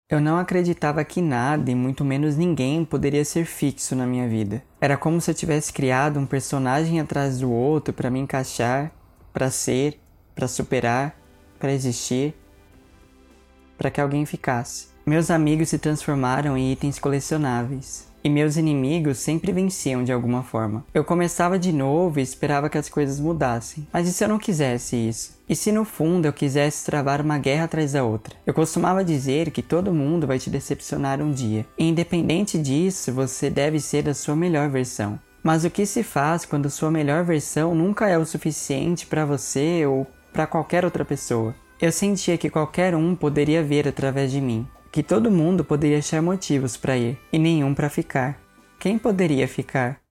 Eu não acreditava que nada, e muito menos ninguém, poderia ser fixo na minha vida. Era como se eu tivesse criado um personagem atrás do outro para me encaixar, para ser, para superar, para existir, para que alguém ficasse. Meus amigos se transformaram em itens colecionáveis. E meus inimigos sempre venciam de alguma forma. Eu começava de novo e esperava que as coisas mudassem. Mas e se eu não quisesse isso? E se no fundo eu quisesse travar uma guerra atrás da outra? Eu costumava dizer que todo mundo vai te decepcionar um dia. E independente disso, você deve ser a sua melhor versão. Mas o que se faz quando sua melhor versão nunca é o suficiente para você ou para qualquer outra pessoa? Eu sentia que qualquer um poderia ver através de mim. Que todo mundo poderia achar motivos para ir, e nenhum para ficar. Quem poderia ficar?